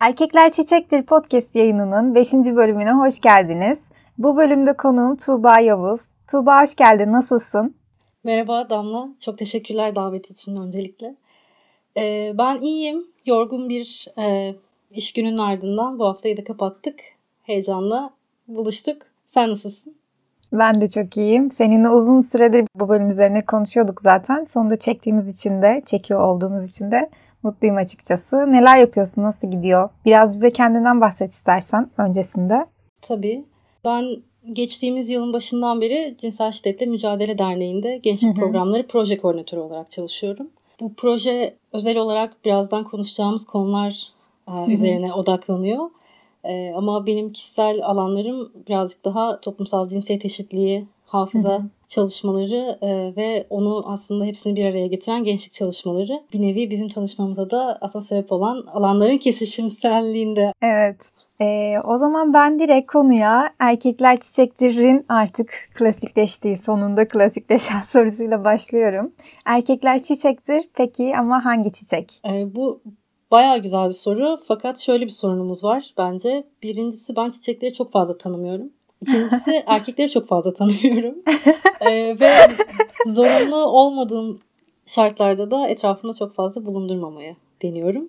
Erkekler Çiçektir podcast yayınının 5. bölümüne hoş geldiniz. Bu bölümde konuğum Tuğba Yavuz. Tuğba hoş geldin, nasılsın? Merhaba Damla, çok teşekkürler davet için öncelikle. Ben iyiyim, yorgun bir iş gününün ardından bu haftayı da kapattık. Heyecanla buluştuk. Sen nasılsın? Ben de çok iyiyim. Seninle uzun süredir bu bölüm üzerine konuşuyorduk zaten. Sonunda çekiyor olduğumuz için de mutluyum açıkçası. Neler yapıyorsun, nasıl gidiyor? Biraz bize kendinden bahset istersen öncesinde. Tabii. Ben geçtiğimiz yılın başından beri Cinsel Şiddetle Mücadele Derneği'nde gençlik programları proje koordinatörü olarak çalışıyorum. Bu proje özel olarak birazdan konuşacağımız konular üzerine odaklanıyor. Ama benim kişisel alanlarım birazcık daha toplumsal cinsiyet eşitliği, hafıza çalışmaları ve onu aslında hepsini bir araya getiren gençlik çalışmaları. Bir nevi bizim tanışmamıza da aslında sebep olan alanların kesişimselliğinde. Evet. O zaman ben direkt konuya Erkekler Çiçektir'in artık sonunda klasikleşen sorusuyla başlıyorum. Erkekler çiçektir, peki ama hangi çiçek? Bu bayağı güzel bir soru, fakat şöyle bir sorunumuz var bence. Birincisi, ben çiçekleri çok fazla tanımıyorum. İkincisi, erkekleri çok fazla tanımıyorum. Ve zorunlu olmadığım şartlarda da etrafımda çok fazla bulundurmamaya deniyorum.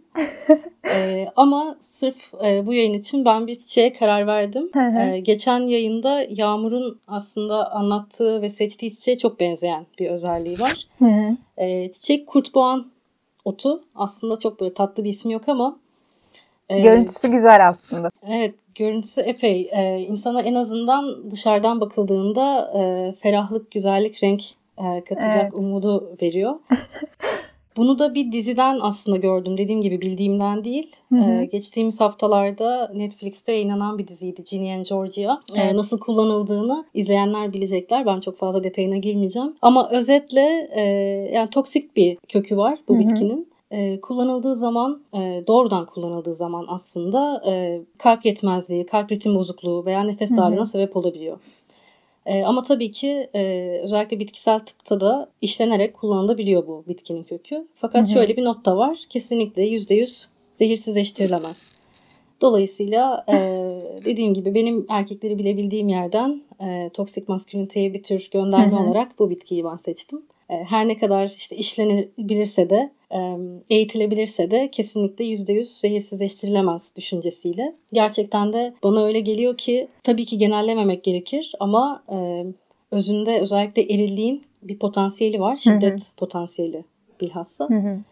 Ama sırf bu yayın için ben bir çiçeğe karar verdim. Geçen yayında Yağmur'un aslında anlattığı ve seçtiği çiçeğe çok benzeyen bir özelliği var. Çiçek kurtboğan otu. Aslında çok böyle tatlı bir ismi yok ama görüntüsü güzel aslında. Evet, görüntüsü epey. İnsana en azından dışarıdan bakıldığında ferahlık, güzellik, renk katacak umudu veriyor. Bunu da bir diziden aslında gördüm. Dediğim gibi bildiğimden değil. Geçtiğimiz haftalarda Netflix'te yayınlanan bir diziydi. Ginny and Georgia. Nasıl kullanıldığını izleyenler bilecekler. Ben çok fazla detayına girmeyeceğim. Ama özetle yani toksik bir kökü var bu bitkinin. Kullanıldığı zaman, doğrudan kullanıldığı zaman aslında kalp yetmezliği, kalp ritim bozukluğu veya nefes darlığına sebep olabiliyor. Ama tabii ki özellikle bitkisel tıpta da işlenerek kullanılabiliyor bu bitkinin kökü. Fakat şöyle bir not da var. Kesinlikle %100 zehirsizleştirilemez. Dolayısıyla dediğim gibi benim erkekleri bilebildiğim yerden toksik masküliniteye bir tür gönderme olarak bu bitkiyi ben seçtim. Her ne kadar işte işlenebilirse de, eğitilebilirse de kesinlikle %100 zehirsizleştirilemez düşüncesiyle. Gerçekten de bana öyle geliyor ki tabii ki genellememek gerekir ama özünde özellikle erilliğin bir potansiyeli var. Şiddet potansiyeli bilhassa.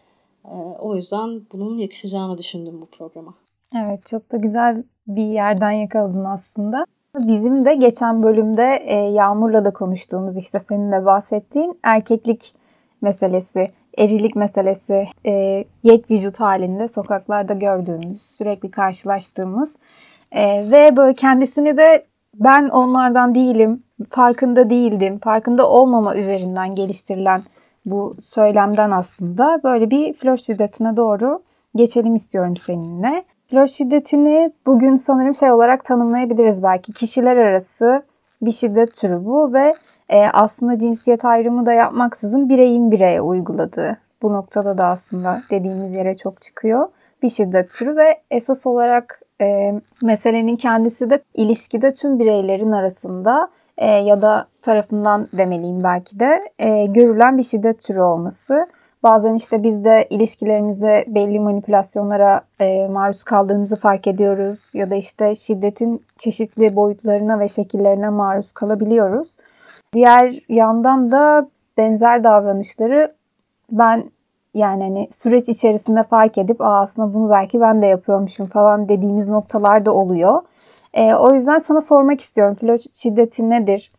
O yüzden bunun yakışacağını düşündüm bu programa. Evet, çok da güzel bir yerden yakaladın aslında. Bizim de geçen bölümde Yağmur'la da konuştuğumuz, işte senin de bahsettiğin erkeklik meselesi, erilik meselesi, yek vücut halinde sokaklarda gördüğümüz, sürekli karşılaştığımız ve böyle kendisini de ben onlardan değilim, farkında değildim, farkında olmama üzerinden geliştirilen bu söylemden aslında böyle bir flört şiddetine doğru geçelim istiyorum seninle. Flört şiddetini bugün sanırım olarak tanımlayabiliriz belki. Kişiler arası bir şiddet türü bu ve aslında cinsiyet ayrımı da yapmaksızın bireyin bireye uyguladığı. Bu noktada da aslında dediğimiz yere çok çıkıyor bir şiddet türü ve esas olarak meselenin kendisi de ilişkide tüm bireylerin arasında ya da tarafından demeliyim belki de görülen bir şiddet türü olması. Bazen işte biz de ilişkilerimizde belli manipülasyonlara maruz kaldığımızı fark ediyoruz. Ya da işte şiddetin çeşitli boyutlarına ve şekillerine maruz kalabiliyoruz. Diğer yandan da benzer davranışları ben yani hani süreç içerisinde fark edip aslında bunu belki ben de yapıyormuşum falan dediğimiz noktalar da oluyor. O yüzden sana sormak istiyorum. Flört şiddeti nedir?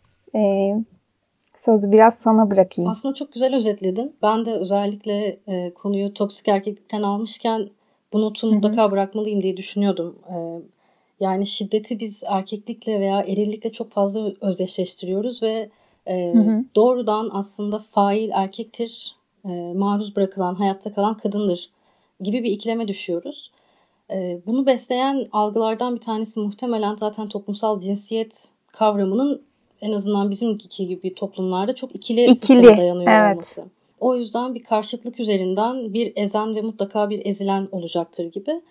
Sözü biraz sana bırakayım. Aslında çok güzel özetledin. Ben de özellikle konuyu toksik erkeklikten almışken bu notu mutlaka bırakmalıyım diye düşünüyordum. Yani şiddeti biz erkeklikle veya erillikle çok fazla özdeşleştiriyoruz ve doğrudan aslında fail erkektir, maruz bırakılan, hayatta kalan kadındır gibi bir ikileme düşüyoruz. Bunu besleyen algılardan bir tanesi muhtemelen zaten toplumsal cinsiyet kavramının en azından bizimki gibi toplumlarda çok ikili sisteme dayanıyor olması. O yüzden bir karşıtlık üzerinden bir ezen ve mutlaka bir ezilen olacaktır gibi.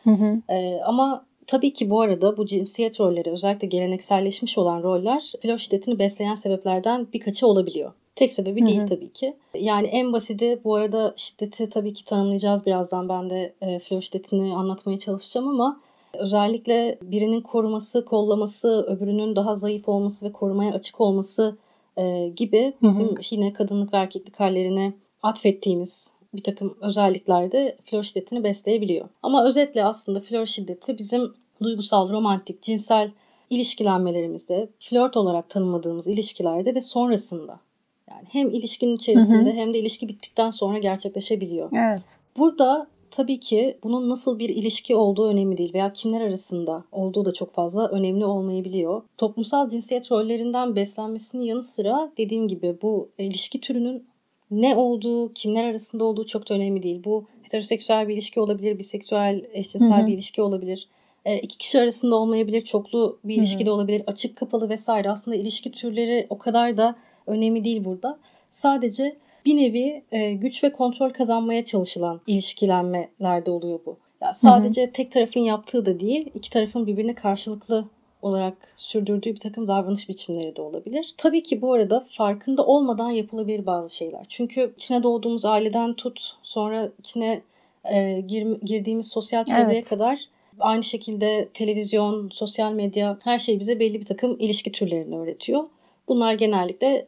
Ama tabii ki bu arada bu cinsiyet rolleri, özellikle gelenekselleşmiş olan roller flört şiddetini besleyen sebeplerden birkaçı olabiliyor. Tek sebebi değil tabii ki. Yani en basiti, bu arada şiddeti tabii ki tanımlayacağız birazdan. Ben de flört şiddetini anlatmaya çalışacağım ama özellikle birinin koruması, kollaması, öbürünün daha zayıf olması ve korumaya açık olması gibi bizim yine kadınlık ve erkeklik hallerine atfettiğimiz bir takım özellikler de flört şiddetini besleyebiliyor. Ama özetle aslında flört şiddeti bizim duygusal, romantik, cinsel ilişkilenmelerimizde, flört olarak tanımladığımız ilişkilerde ve sonrasında, yani hem ilişkinin içerisinde hem de ilişki bittikten sonra gerçekleşebiliyor. Evet. Burada tabii ki bunun nasıl bir ilişki olduğu önemli değil veya kimler arasında olduğu da çok fazla önemli olmayabiliyor. Toplumsal cinsiyet rollerinden beslenmesinin yanı sıra dediğim gibi bu ilişki türünün ne olduğu, kimler arasında olduğu çok da önemli değil. Bu heteroseksüel bir ilişki olabilir, biseksüel, eşcinsel bir ilişki olabilir. İki kişi arasında olmayabilir, çoklu bir ilişki de olabilir, açık kapalı vesaire. Aslında ilişki türleri o kadar da önemli değil burada. Sadece bir nevi güç ve kontrol kazanmaya çalışılan ilişkilenmelerde oluyor bu. Yani sadece tek tarafın yaptığı da değil, iki tarafın birbirine karşılıklı olarak sürdürdüğü bir takım davranış biçimleri de olabilir. Tabii ki bu arada farkında olmadan yapılabilir bazı şeyler. Çünkü içine doğduğumuz aileden tut, sonra içine girdiğimiz sosyal çevreye kadar aynı şekilde televizyon, sosyal medya, her şey bize belli bir takım ilişki türlerini öğretiyor. Bunlar genellikle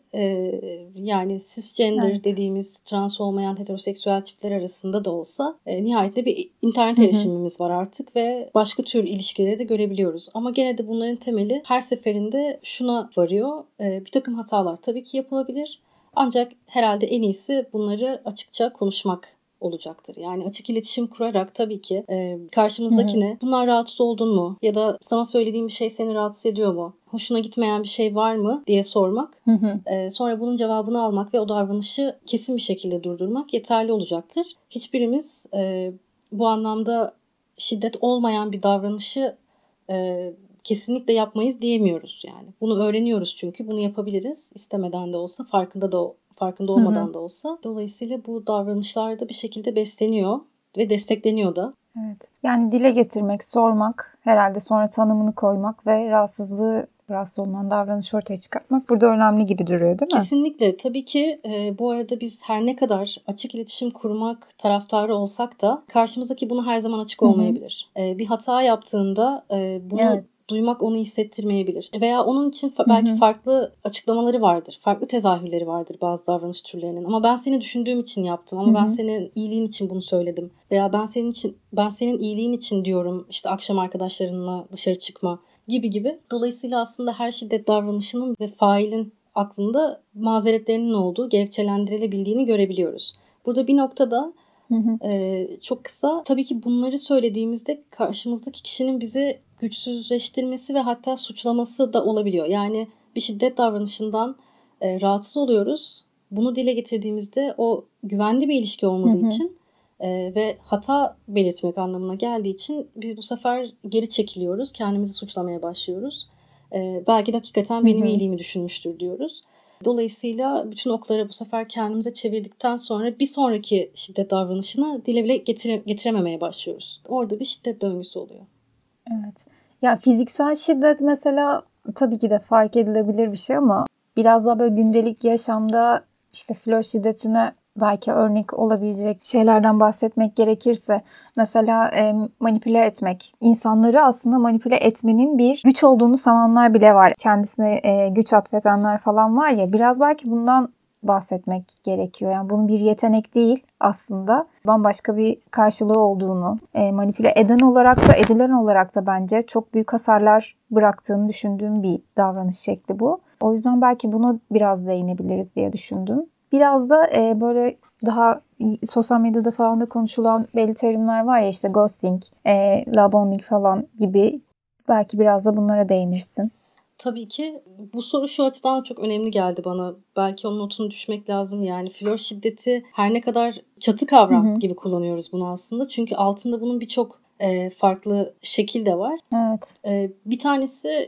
yani cisgender dediğimiz trans olmayan heteroseksüel çiftler arasında da olsa nihayetinde bir internet erişimimiz var artık ve başka tür ilişkileri de görebiliyoruz. Ama gene de bunların temeli her seferinde şuna varıyor. Bir takım hatalar tabii ki yapılabilir. Ancak herhalde en iyisi bunları açıkça konuşmak olacaktır. Yani açık iletişim kurarak tabii ki karşımızdakine bundan rahatsız oldun mu? Ya da sana söylediğim bir şey seni rahatsız ediyor mu? Hoşuna gitmeyen bir şey var mı diye sormak. Sonra bunun cevabını almak ve o davranışı kesin bir şekilde durdurmak yeterli olacaktır. Hiçbirimiz bu anlamda şiddet olmayan bir davranışı kesinlikle yapmayız diyemiyoruz yani. Bunu öğreniyoruz çünkü bunu yapabiliriz. İstemeden de olsa, farkında olmadan da olsa. Dolayısıyla bu davranışlar da bir şekilde besleniyor ve destekleniyor da. Evet. Yani dile getirmek, sormak, herhalde sonra tanımını koymak ve rahatsız olunan davranışı ortaya çıkartmak burada önemli gibi duruyor, değil mi? Kesinlikle. Tabii ki bu arada biz her ne kadar açık iletişim kurmak taraftarı olsak da karşımızdaki buna her zaman açık olmayabilir. Bir hata yaptığında bunu duymak onu hissettirmeyebilir. Veya onun için belki farklı açıklamaları vardır. Farklı tezahürleri vardır bazı davranış türlerinin. Ama ben seni düşündüğüm için yaptım. Ama ben senin iyiliğin için bunu söyledim. Veya ben senin iyiliğin için diyorum işte akşam arkadaşlarınla dışarı çıkma gibi. Dolayısıyla aslında her şiddet davranışının ve failin aklında mazeretlerinin olduğu, gerekçelendirilebildiğini görebiliyoruz. Burada bir noktada çok kısa, tabii ki bunları söylediğimizde karşımızdaki kişinin bizi güçsüzleştirmesi ve hatta suçlaması da olabiliyor. Yani bir şiddet davranışından rahatsız oluyoruz. Bunu dile getirdiğimizde o güvenli bir ilişki olmadığı için ve hata belirtmek anlamına geldiği için biz bu sefer geri çekiliyoruz. Kendimizi suçlamaya başlıyoruz. Belki de hakikaten benim iyiliğimi düşünmüştür diyoruz. Dolayısıyla bütün okları bu sefer kendimize çevirdikten sonra bir sonraki şiddet davranışını dile bile getirememeye başlıyoruz. Orada bir şiddet döngüsü oluyor. Evet. Ya fiziksel şiddet mesela tabii ki de fark edilebilir bir şey ama biraz daha böyle gündelik yaşamda işte flört şiddetine belki örnek olabilecek şeylerden bahsetmek gerekirse mesela manipüle etmek. İnsanları aslında manipüle etmenin bir güç olduğunu sananlar bile var. Kendisine güç atfedenler falan var ya, biraz belki bundan bahsetmek gerekiyor. Yani bunun bir yetenek değil aslında. Bambaşka bir karşılığı olduğunu, manipüle eden olarak da edilen olarak da bence çok büyük hasarlar bıraktığını düşündüğüm bir davranış şekli bu. O yüzden belki buna biraz değinebiliriz diye düşündüm. Biraz da böyle daha sosyal medyada falan da konuşulan belli terimler var ya, işte ghosting, love bombing falan gibi. Belki biraz da bunlara değinirsin. Tabii ki bu soru şu açıdan çok önemli geldi bana. Belki onun notunu düşmek lazım. Yani flört şiddeti her ne kadar çatı kavram gibi kullanıyoruz bunu aslında. Çünkü altında bunun birçok farklı şekil de var. Evet. Bir tanesi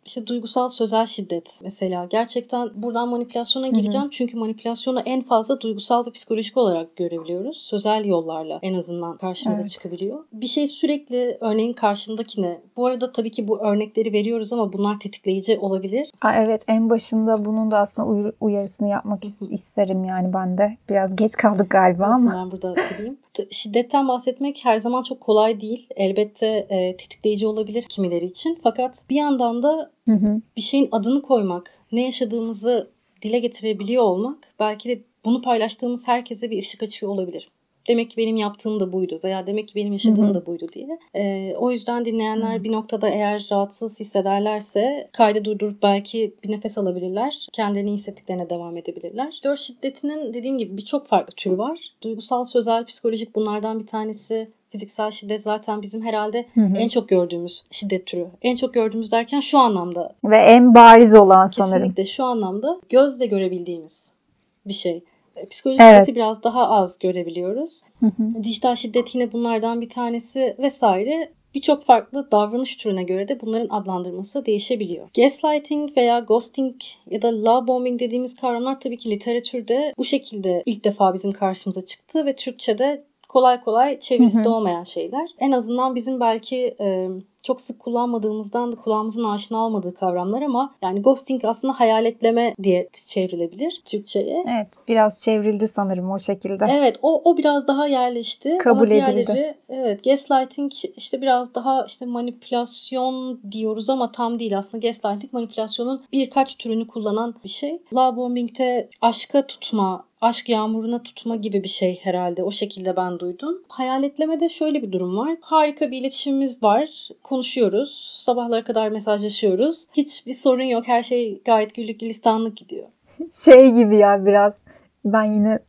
İşte duygusal sözel şiddet mesela. Gerçekten buradan manipülasyona gireceğim. Çünkü manipülasyonu en fazla duygusal ve psikolojik olarak görebiliyoruz. Sözel yollarla en azından karşımıza çıkabiliyor. Bir şey sürekli örneğin karşındakine. Bu arada tabii ki bu örnekleri veriyoruz ama bunlar tetikleyici olabilir. Evet, en başında bunun da aslında uyarısını yapmak isterim yani ben de. Biraz geç kaldık galiba ama. Ben burada diyeyim. Şiddetten bahsetmek her zaman çok kolay değil. Elbette tetikleyici olabilir kimileri için. Fakat bir yandan da bir şeyin adını koymak, ne yaşadığımızı dile getirebiliyor olmak belki de bunu paylaştığımız herkese bir ışık açıyor olabilir. Demek ki benim yaptığım da buydu veya demek ki benim yaşadığım da buydu diye. O yüzden dinleyenler bir noktada eğer rahatsız hissederlerse kaydı durdurup belki bir nefes alabilirler. Kendilerini hissettiklerine devam edebilirler. Flört şiddetinin dediğim gibi birçok farklı türü var. Duygusal, sözel, psikolojik bunlardan bir tanesi. Fiziksel şiddet zaten bizim herhalde en çok gördüğümüz şiddet türü. En çok gördüğümüz derken şu anlamda. Ve en bariz olan sanırım. Kesinlikle şu anlamda gözle görebildiğimiz bir şey. Psikolojik şiddeti biraz daha az görebiliyoruz. Dijital şiddet yine bunlardan bir tanesi vesaire. Birçok farklı davranış türüne göre de bunların adlandırması değişebiliyor. Gaslighting veya ghosting ya da love bombing dediğimiz kavramlar tabii ki literatürde bu şekilde ilk defa bizim karşımıza çıktı ve Türkçe'de kolay kolay çevirisi de olmayan şeyler. En azından bizim belki çok sık kullanmadığımızdan da kulağımızın aşina olmadığı kavramlar ama yani ghosting aslında hayaletleme diye çevrilebilir Türkçe'ye. Evet, biraz çevrildi sanırım o şekilde. Evet, o biraz daha yerleşti. Kabul ama diğerleri, edildi. Evet, gaslighting işte biraz daha işte manipülasyon diyoruz ama tam değil aslında. Gaslighting manipülasyonun birkaç türünü kullanan bir şey. Love bombing'te aşka tutma, aşk yağmuruna tutma gibi bir şey herhalde. O şekilde ben duydum. Hayaletlemede şöyle bir durum var. Harika bir iletişimimiz var. Konuşuyoruz. Sabahlara kadar mesajlaşıyoruz. Hiçbir sorun yok. Her şey gayet güllük gülistanlık gidiyor. Şey gibi ya biraz. Ben yine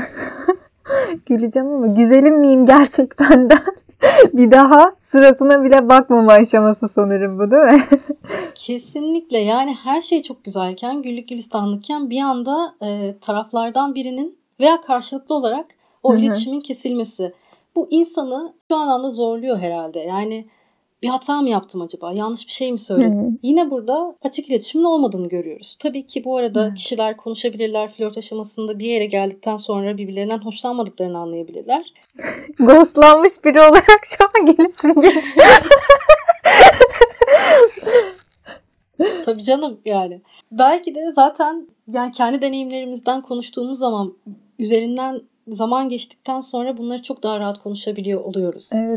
güleceğim ama güzelim miyim gerçekten de bir daha suratına bile bakmama aşaması sanırım bu, değil mi? Kesinlikle yani her şey çok güzelken, güllük gülistanlıkken bir anda taraflardan birinin veya karşılıklı olarak o iletişimin kesilmesi. Bu insanı şu anlamda zorluyor herhalde. Yani bir hata mı yaptım acaba? Yanlış bir şey mi söyledim? Yine burada açık iletişimin olmadığını görüyoruz. Tabii ki bu arada kişiler konuşabilirler. Flört aşamasında bir yere geldikten sonra birbirlerinden hoşlanmadıklarını anlayabilirler. Ghostlanmış biri olarak şu an gelisin geliyor. Tabii canım yani. Belki de zaten yani kendi deneyimlerimizden konuştuğumuz zaman üzerinden zaman geçtikten sonra bunları çok daha rahat konuşabiliyor oluyoruz. Evet.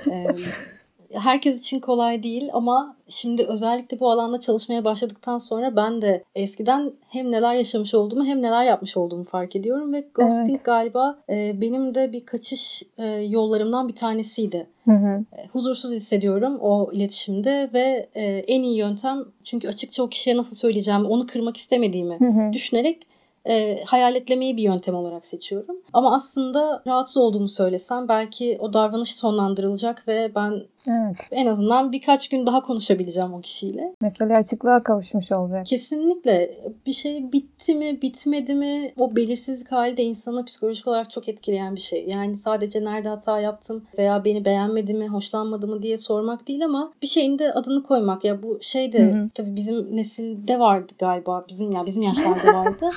Herkes için kolay değil ama şimdi özellikle bu alanda çalışmaya başladıktan sonra ben de eskiden hem neler yaşamış olduğumu hem neler yapmış olduğumu fark ediyorum ve ghosting galiba benim de bir kaçış yollarımdan bir tanesiydi. Huzursuz hissediyorum o iletişimde ve en iyi yöntem çünkü açıkça o kişiye nasıl söyleyeceğimi, onu kırmak istemediğimi düşünerek hayaletlemeyi bir yöntem olarak seçiyorum. Ama aslında rahatsız olduğumu söylesem belki o davranış sonlandırılacak ve ben en azından birkaç gün daha konuşabileceğim o kişiyle. Mesele açıklığa kavuşmuş olacak. Kesinlikle. Bir şey bitti mi, bitmedi mi? O belirsizlik hali de insanı psikolojik olarak çok etkileyen bir şey. Yani sadece nerede hata yaptım veya beni beğenmedi mi, hoşlanmadı mı diye sormak değil ama bir şeyin de adını koymak. Ya bu şey de tabii bizim nesilde vardı galiba. Bizim yaşlarda vardı.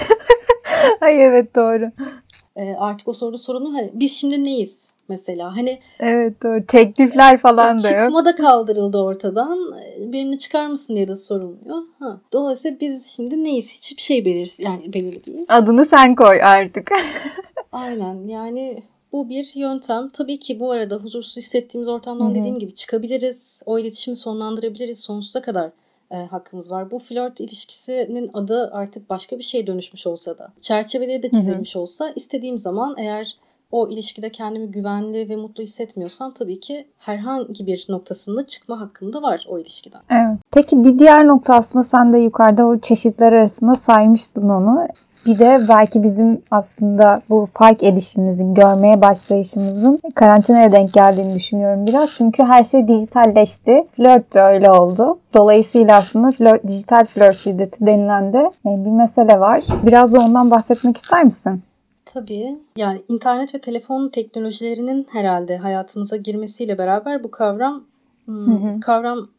Ay evet, doğru. Artık o soru sorunu biz şimdi neyiz mesela? Hani evet, doğru. Teklifler falan da yok. Çıkma da kaldırıldı ortadan. Benimle çıkar mısın diye de sorulmuyor. Dolayısıyla biz şimdi neyiz? Hiçbir şey belirli değil. Adını sen koy artık. Aynen. Yani bu bir yöntem. Tabii ki bu arada huzursuz hissettiğimiz ortamdan dediğim gibi çıkabiliriz. O iletişimi sonlandırabiliriz. Sonsuza kadar hakkımız var. Bu flört ilişkisinin adı artık başka bir şeye dönüşmüş olsa da, çerçeveleri de çizilmiş olsa istediğim zaman eğer o ilişkide kendimi güvenli ve mutlu hissetmiyorsam tabii ki herhangi bir noktasında çıkma hakkım da var o ilişkiden. Evet. Peki bir diğer nokta aslında sen de yukarıda o çeşitler arasında saymıştın onu. Bir de belki bizim aslında bu fark edişimizin, görmeye başlayışımızın karantinaya denk geldiğini düşünüyorum biraz. Çünkü her şey dijitalleşti. Flört de öyle oldu. Dolayısıyla aslında dijital flört şiddeti denilen de bir mesele var. Biraz da ondan bahsetmek ister misin? Tabii. Yani internet ve telefon teknolojilerinin herhalde hayatımıza girmesiyle beraber bu kavram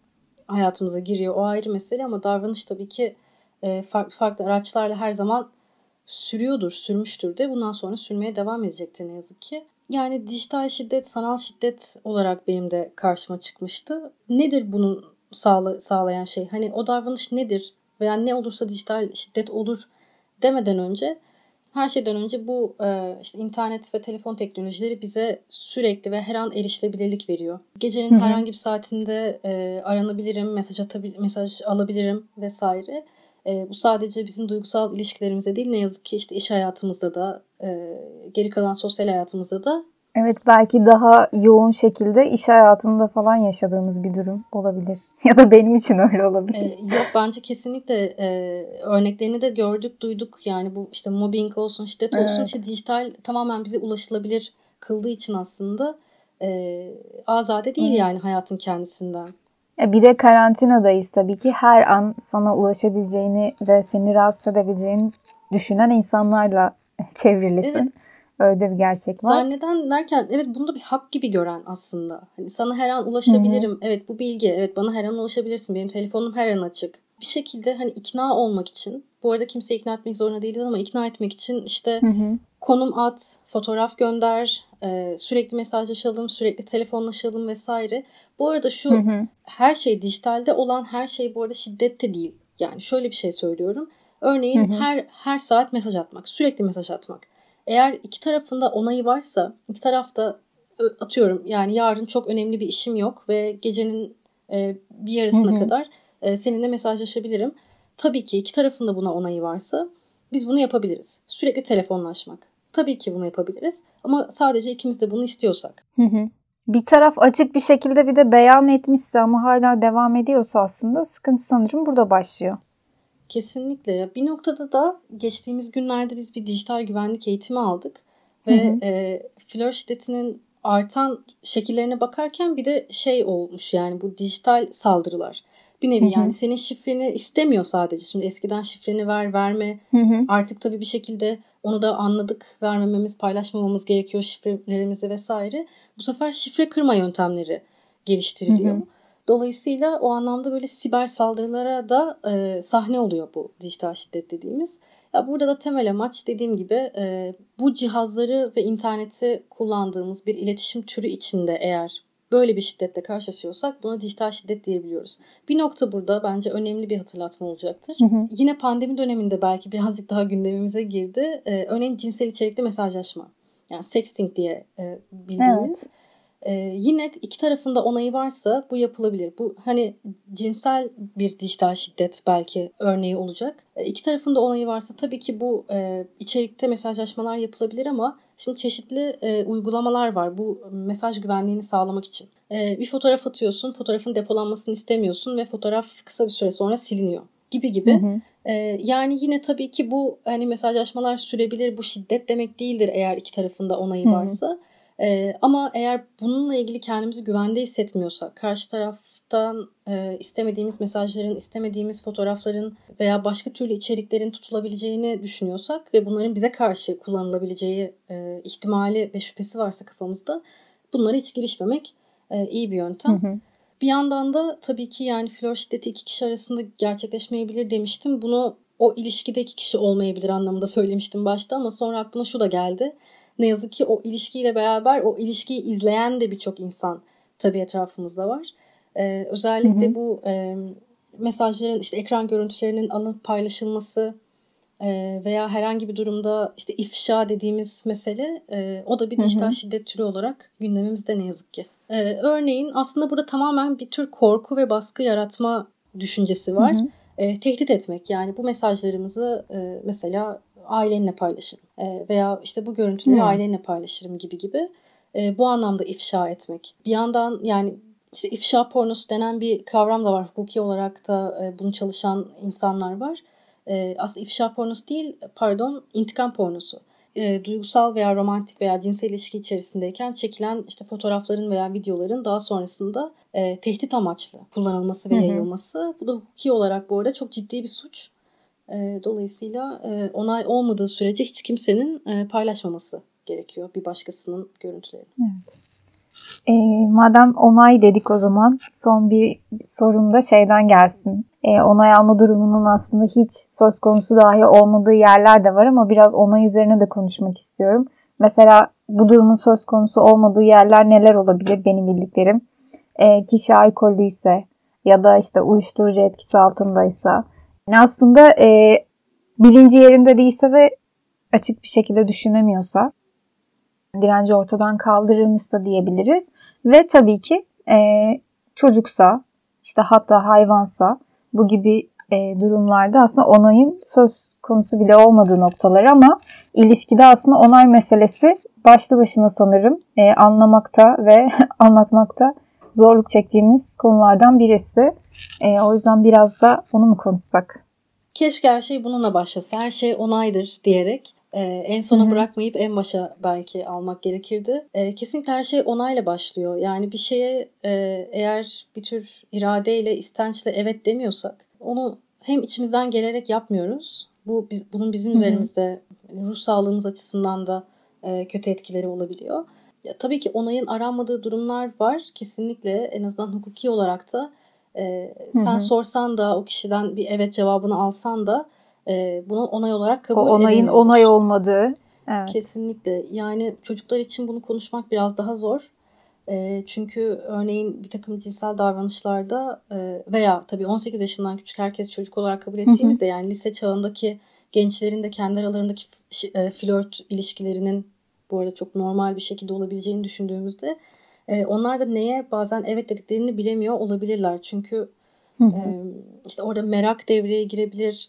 hayatımıza giriyor. O ayrı mesele ama davranış tabii ki farklı farklı araçlarla her zaman sürüyordur, sürmüştür de bundan sonra sürmeye devam edecektir ne yazık ki. Yani dijital şiddet, sanal şiddet olarak benim de karşıma çıkmıştı. Nedir bunu sağlayan şey? Hani o davranış nedir? Veya ne olursa dijital şiddet olur demeden önce, her şeyden önce bu işte internet ve telefon teknolojileri bize sürekli ve her an erişilebilirlik veriyor. Gecenin herhangi bir saatinde aranabilirim, mesaj alabilirim vesaire. Bu sadece bizim duygusal ilişkilerimize değil, ne yazık ki işte iş hayatımızda da, geri kalan sosyal hayatımızda da. Evet, belki daha yoğun şekilde iş hayatında falan yaşadığımız bir durum olabilir. Ya da benim için öyle olabilir. Yok, bence kesinlikle örneklerini de gördük, duyduk. Yani bu işte mobbing olsun, şiddet olsun, işte dijital tamamen bize ulaşılabilir kıldığı için aslında azade değil yani hayatın kendisinden. Bir de karantinadayız tabii ki. Her an sana ulaşabileceğini ve seni rahatsız edebileceğini düşünen insanlarla çevrilisin. Evet. Öyle bir gerçek var. Zanneden derken evet, bunu da bir hak gibi gören aslında. Hani sana her an ulaşabilirim. Evet, bu bilgi. Evet, bana her an ulaşabilirsin. Benim telefonum her an açık. Bir şekilde hani ikna olmak için, bu arada kimseyi ikna etmek zorunda değiliz ama ikna etmek için işte konum at, fotoğraf gönder, sürekli mesajlaşalım, sürekli telefonlaşalım vesaire. Bu arada şu her şey, dijitalde olan her şey bu arada şiddet de değil. Yani şöyle bir şey söylüyorum. Örneğin her saat mesaj atmak, sürekli mesaj atmak. Eğer iki tarafında onayı varsa, iki tarafta atıyorum yani yarın çok önemli bir işim yok ve gecenin bir yarısına kadar seninle mesajlaşabilirim. Tabii ki iki tarafında buna onayı varsa biz bunu yapabiliriz. Sürekli telefonlaşmak. Tabii ki bunu yapabiliriz ama sadece ikimiz de bunu istiyorsak. Bir taraf açık bir şekilde bir de beyan etmişse ama hala devam ediyorsa aslında sıkıntı sanırım burada başlıyor. Kesinlikle. Bir noktada da geçtiğimiz günlerde biz bir dijital güvenlik eğitimi aldık. Ve flört şiddetinin artan şekillerine bakarken bir de şey olmuş, yani bu dijital saldırılar. Bir nevi yani senin şifreni istemiyor sadece. Şimdi eskiden şifreni verme. Artık tabii bir şekilde onu da anladık. Vermememiz, paylaşmamamız gerekiyor şifrelerimizi vesaire. Bu sefer şifre kırma yöntemleri geliştiriliyor. Dolayısıyla o anlamda böyle siber saldırılara da sahne oluyor bu dijital şiddet dediğimiz. Ya burada da temel amaç, dediğim gibi bu cihazları ve interneti kullandığımız bir iletişim türü içinde eğer böyle bir şiddetle karşılaşıyorsak buna dijital şiddet diyebiliyoruz. Bir nokta burada bence önemli bir hatırlatma olacaktır. Yine pandemi döneminde belki birazcık daha gündemimize girdi. Örneğin cinsel içerikli mesajlaşma. Yani sexting diye bildiğimiz. Evet. Yine iki tarafında onayı varsa bu yapılabilir. Bu hani cinsel bir dijital şiddet belki örneği olacak. İki tarafında onayı varsa tabii ki bu içerikte mesajlaşmalar yapılabilir ama şimdi çeşitli uygulamalar var bu mesaj güvenliğini sağlamak için. Bir fotoğraf atıyorsun, fotoğrafın depolanmasını istemiyorsun ve fotoğraf kısa bir süre sonra siliniyor gibi. Yani yine tabii ki bu hani mesajlaşmalar sürebilir. Bu şiddet demek değildir eğer iki tarafında onayı varsa. Ama eğer bununla ilgili kendimizi güvende hissetmiyorsak, karşı taraftan istemediğimiz mesajların, istemediğimiz fotoğrafların veya başka türlü içeriklerin tutulabileceğini düşünüyorsak ve bunların bize karşı kullanılabileceği ihtimali ve şüphesi varsa kafamızda, bunlara hiç girişmemek iyi bir yöntem. Bir yandan da tabii ki yani flört şiddeti iki kişi arasında gerçekleşmeyebilir demiştim. Bunu o ilişkide iki kişi olmayabilir anlamında söylemiştim başta ama sonra aklıma şu da geldi. Ne yazık ki o ilişkiyle beraber o ilişkiyi izleyen de birçok insan tabii etrafımızda var. Özellikle bu mesajların, işte ekran görüntülerinin alınıp paylaşılması veya herhangi bir durumda işte ifşa dediğimiz mesele, o da bir dijital şiddet türü olarak gündemimizde ne yazık ki. Örneğin aslında burada tamamen bir tür korku ve baskı yaratma düşüncesi var. Tehdit etmek, yani bu mesajlarımızı mesela ailenle paylaşırım veya işte bu görüntüleri ailenle paylaşırım gibi. Bu anlamda ifşa etmek. Bir yandan yani işte ifşa pornosu denen bir kavram da var. Hukuki olarak da bunu çalışan insanlar var. Aslında ifşa pornosu değil, intikam pornosu. Duygusal veya romantik veya cinsel ilişki içerisindeyken çekilen işte fotoğrafların veya videoların daha sonrasında tehdit amaçlı kullanılması ve yayılması. Bu da hukuki olarak bu arada çok ciddi bir suç. Dolayısıyla onay olmadığı sürece hiç kimsenin paylaşmaması gerekiyor bir başkasının görüntülerini. Evet. Madem onay dedik o zaman son bir sorum da şeyden gelsin. Onay alma durumunun aslında hiç söz konusu dahi olmadığı yerler de var ama biraz onay üzerine de konuşmak istiyorum. Mesela bu durumun söz konusu olmadığı yerler neler olabilir benim bildiklerim? Kişi alkollüyse ya da işte uyuşturucu etkisi altındaysa. Yani aslında bilinci yerinde değilse ve açık bir şekilde düşünemiyorsa, direnci ortadan kaldırılmışsa diyebiliriz. Ve tabii ki çocuksa, işte hatta hayvansa bu gibi durumlarda aslında onayın söz konusu bile olmadığı noktalar ama ilişkide aslında onay meselesi başlı başına sanırım anlamakta ve anlatmakta zorluk çektiğimiz konulardan birisi. O yüzden biraz da onu mu konuşsak? Keşke her şey bununla başlasa. Her şey onaydır diyerek en sona bırakmayıp en başa belki almak gerekirdi. Kesinlikle her şey onayla başlıyor. Yani bir şeye eğer bir tür iradeyle, istençle evet demiyorsak onu hem içimizden gelerek yapmıyoruz. Bunun bizim üzerimizde ruh sağlığımız açısından da kötü etkileri olabiliyor. Ya, tabii ki onayın aranmadığı durumlar var. Kesinlikle en azından hukuki olarak da sen sorsan da o kişiden bir evet cevabını alsan da bunu onay olarak kabul edemiyoruz. O onayın onay olmadığı. Evet. Kesinlikle. Yani çocuklar için bunu konuşmak biraz daha zor. Çünkü örneğin bir takım cinsel davranışlarda veya tabii 18 yaşından küçük herkes çocuk olarak kabul ettiğimizde yani lise çağındaki gençlerin de kendi aralarındaki flört ilişkilerinin bu arada çok normal bir şekilde olabileceğini düşündüğümüzde onlar da neye bazen evet dediklerini bilemiyor olabilirler. Çünkü işte orada merak devreye girebilir.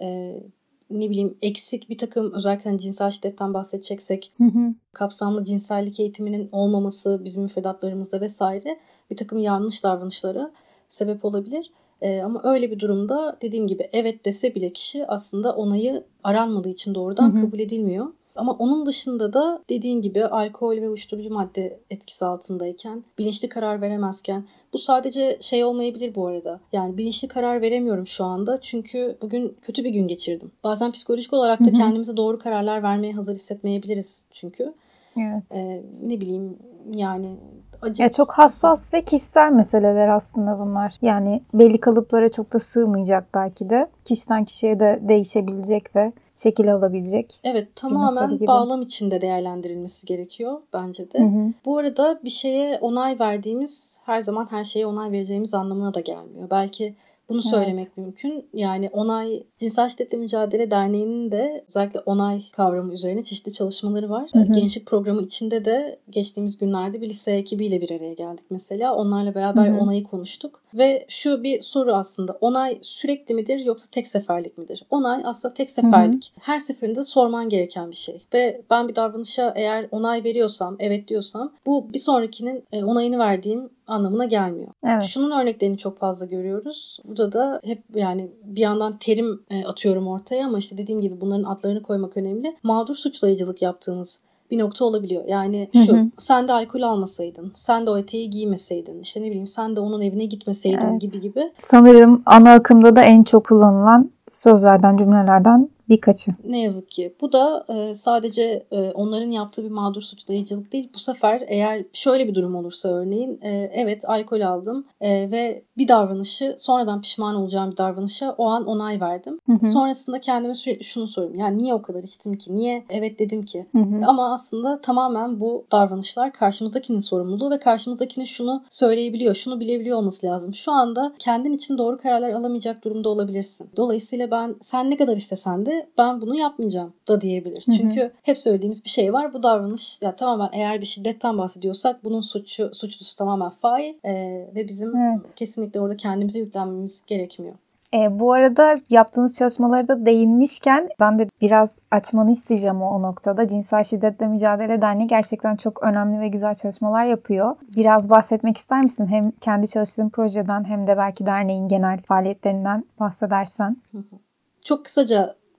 Ne bileyim eksik bir takım özellikle hani cinsel şiddetten bahsedeceksek kapsamlı cinsellik eğitiminin olmaması bizim müfredatlarımızda vesaire bir takım yanlış davranışlara sebep olabilir. Ama öyle bir durumda dediğim gibi evet dese bile kişi aslında onayı aranmadığı için doğrudan kabul edilmiyor. Ama onun dışında da dediğin gibi alkol ve uyuşturucu madde etkisi altındayken, bilinçli karar veremezken, bu sadece şey olmayabilir bu arada. Yani bilinçli karar veremiyorum şu anda çünkü bugün kötü bir gün geçirdim. Bazen psikolojik olarak da kendimize doğru kararlar vermeye hazır hissetmeyebiliriz çünkü. Evet. Ne bileyim yani Ya çok hassas ve kişisel meseleler aslında bunlar. Yani belli kalıplara çok da sığmayacak belki de. Kişiden kişiye de değişebilecek ve şekil alabilecek. Evet, tamamen bağlam içinde değerlendirilmesi gerekiyor bence de. Bu arada bir şeye onay verdiğimiz her zaman her şeye onay vereceğimiz anlamına da gelmiyor. Belki bunu söylemek mümkün. Yani onay, Cinsel Şiddetle Mücadele Derneği'nin de özellikle onay kavramı üzerine çeşitli çalışmaları var. Gençlik programı içinde de geçtiğimiz günlerde bir lise ekibiyle bir araya geldik mesela. Onlarla beraber onayı konuştuk. Ve şu bir soru aslında. Onay sürekli midir yoksa tek seferlik midir? Onay aslında tek seferlik. Her seferinde sorman gereken bir şey. Ve ben bir davranışa eğer onay veriyorsam, evet diyorsam bu bir sonrakinin onayını verdiğim anlamına gelmiyor. Evet. Şunun örneklerini çok fazla görüyoruz. Burada da hep yani bir yandan terim atıyorum ortaya ama işte dediğim gibi bunların adlarını koymak önemli. Mağdur suçlayıcılık yaptığımız bir nokta olabiliyor. Yani şu sen de alkol almasaydın, sen de o eteği giymeseydin, işte ne bileyim sen de onun evine gitmeseydin gibi. Sanırım ana akımda da en çok kullanılan sözlerden, cümlelerden birkaçı. Ne yazık ki. Bu da sadece onların yaptığı bir mağdur suçlayıcılık değil. Bu sefer eğer şöyle bir durum olursa örneğin evet alkol aldım ve bir davranışı sonradan pişman olacağım bir davranışa o an onay verdim. Sonrasında kendime sürekli şunu soruyorum. Yani niye o kadar içtim ki? Niye evet dedim ki? Ama aslında tamamen bu davranışlar karşımızdakinin sorumluluğu ve karşımızdakinin şunu söyleyebiliyor, şunu bilebiliyor olması lazım. Şu anda kendin için doğru kararlar alamayacak durumda olabilirsin. Dolayısıyla sen ne kadar istesen de ben bunu yapmayacağım da diyebilir. Çünkü hep söylediğimiz bir şey var. Bu davranış ya tamamen eğer bir şiddetten bahsediyorsak bunun suçlusu tamamen fail ve bizim kesinlikle orada kendimize yüklenmemiz gerekmiyor. Bu arada yaptığınız çalışmalara da değinmişken ben de biraz açmanı isteyeceğim o noktada. Cinsel Şiddetle Mücadele Derneği gerçekten çok önemli ve güzel çalışmalar yapıyor. Biraz bahsetmek ister misin? Hem kendi çalıştığın projeden hem de belki derneğin genel faaliyetlerinden bahsedersen. Çok kısaca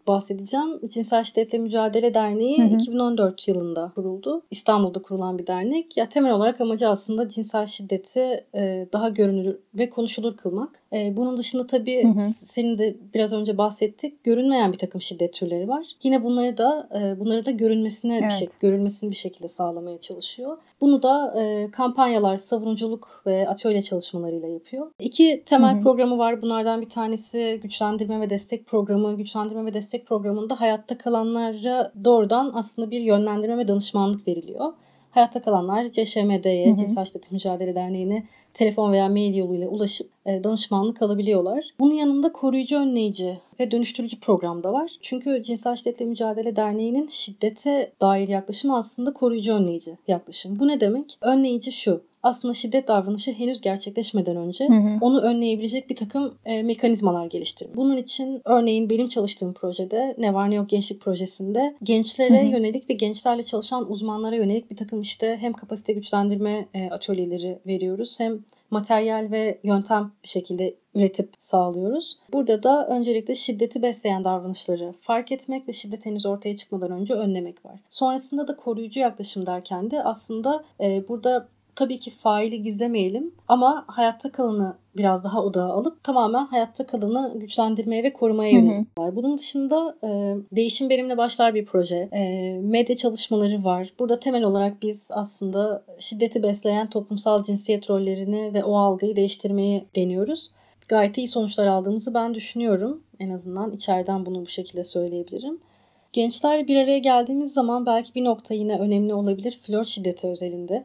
bahsedeceğim. Cinsel Şiddetle Mücadele Derneği 2014 yılında kuruldu. İstanbul'da kurulan bir dernek. Ya temel olarak amacı aslında cinsel şiddeti daha görünür ve konuşulur kılmak. Bunun dışında tabii senin de biraz önce bahsettik. Görünmeyen bir takım şiddet türleri var. Yine bunları da görünmesini bir şekilde sağlamaya çalışıyor. Bunu da kampanyalar, savunuculuk ve atölye çalışmalarıyla yapıyor. 2 temel programı var. Bunlardan bir tanesi güçlendirme ve destek programı. Güçlendirme ve destek programında hayatta kalanlara doğrudan aslında bir yönlendirme ve danışmanlık veriliyor. Hayatta kalanlar CŞMD'ye, Cinsel Şiddet Mücadele Derneği'ne telefon veya mail yoluyla ulaşıp danışmanlık alabiliyorlar. Bunun yanında koruyucu, önleyici ve dönüştürücü program da var. Çünkü Cinsel Şiddetle Mücadele Derneği'nin şiddete dair yaklaşımı aslında koruyucu, önleyici yaklaşım. Bu ne demek? Önleyici şu. Aslında şiddet davranışı henüz gerçekleşmeden önce onu önleyebilecek bir takım mekanizmalar geliştirmek. Bunun için örneğin benim çalıştığım projede, Ne Var Ne Yok Gençlik Projesi'nde gençlere yönelik ve gençlerle çalışan uzmanlara yönelik bir takım hem kapasite güçlendirme atölyeleri veriyoruz, hem materyal ve yöntem bir şekilde üretip sağlıyoruz. Burada da öncelikle şiddeti besleyen davranışları fark etmek ve şiddet henüz ortaya çıkmadan önce önlemek var. Sonrasında da koruyucu yaklaşım derken de aslında burada tabii ki faili gizlemeyelim ama hayatta kalanı biraz daha odağa alıp tamamen hayatta kalanı güçlendirmeye ve korumaya yönelik var. Bunun dışında Değişim Benimle Başlar bir proje, medya çalışmaları var. Burada temel olarak biz aslında şiddeti besleyen toplumsal cinsiyet rollerini ve o algıyı değiştirmeyi deniyoruz. Gayet iyi sonuçlar aldığımızı ben düşünüyorum. En azından içeriden bunu bu şekilde söyleyebilirim. Gençlerle bir araya geldiğimiz zaman belki bir nokta yine önemli olabilir flört şiddeti özelinde.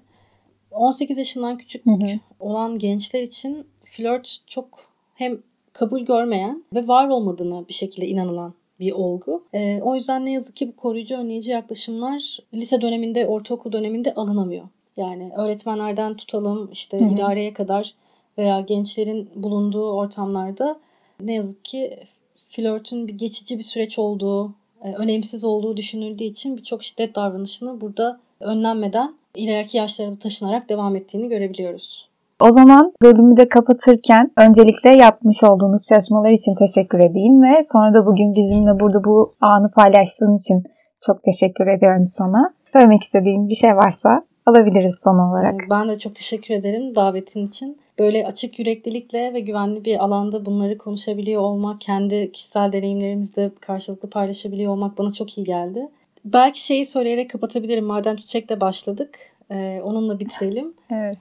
18 yaşından küçük olan gençler için flört çok hem kabul görmeyen ve var olmadığına bir şekilde inanılan bir olgu. O yüzden ne yazık ki bu koruyucu, önleyici yaklaşımlar lise döneminde, ortaokul döneminde alınamıyor. Yani öğretmenlerden tutalım idareye kadar veya gençlerin bulunduğu ortamlarda ne yazık ki flörtün bir geçici bir süreç olduğu, önemsiz olduğu düşünüldüğü için birçok şiddet davranışını burada önlenmeden ileriki yaşlara da taşınarak devam ettiğini görebiliyoruz. O zaman bölümü de kapatırken öncelikle yapmış olduğunuz çalışmalar için teşekkür edeyim ve sonra da bugün bizimle burada bu anı paylaştığın için çok teşekkür ediyorum sana. Söylemek istediğin bir şey varsa alabiliriz son olarak. Ben de çok teşekkür ederim davetin için. Böyle açık yüreklilikle ve güvenli bir alanda bunları konuşabiliyor olmak, kendi kişisel deneyimlerimizde karşılıklı paylaşabiliyor olmak bana çok iyi geldi. Belki şeyi söyleyerek kapatabilirim. Madem Çiçek'le başladık, onunla bitirelim. Evet.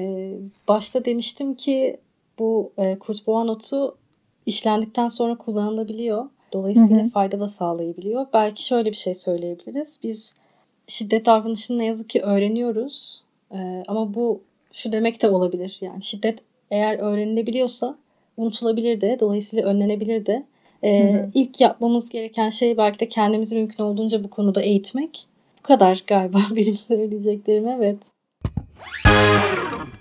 Başta demiştim ki bu kurt boğan otu işlendikten sonra kullanılabiliyor. Dolayısıyla fayda da sağlayabiliyor. Belki şöyle bir şey söyleyebiliriz. Biz şiddet davranışını ne yazık ki öğreniyoruz. Ama bu şu demek de olabilir. Yani şiddet eğer öğrenilebiliyorsa unutulabilir de, dolayısıyla önlenebilir de. İlk yapmamız gereken şey belki de kendimizi mümkün olduğunca bu konuda eğitmek. Bu kadar galiba benim söyleyeceklerim, evet.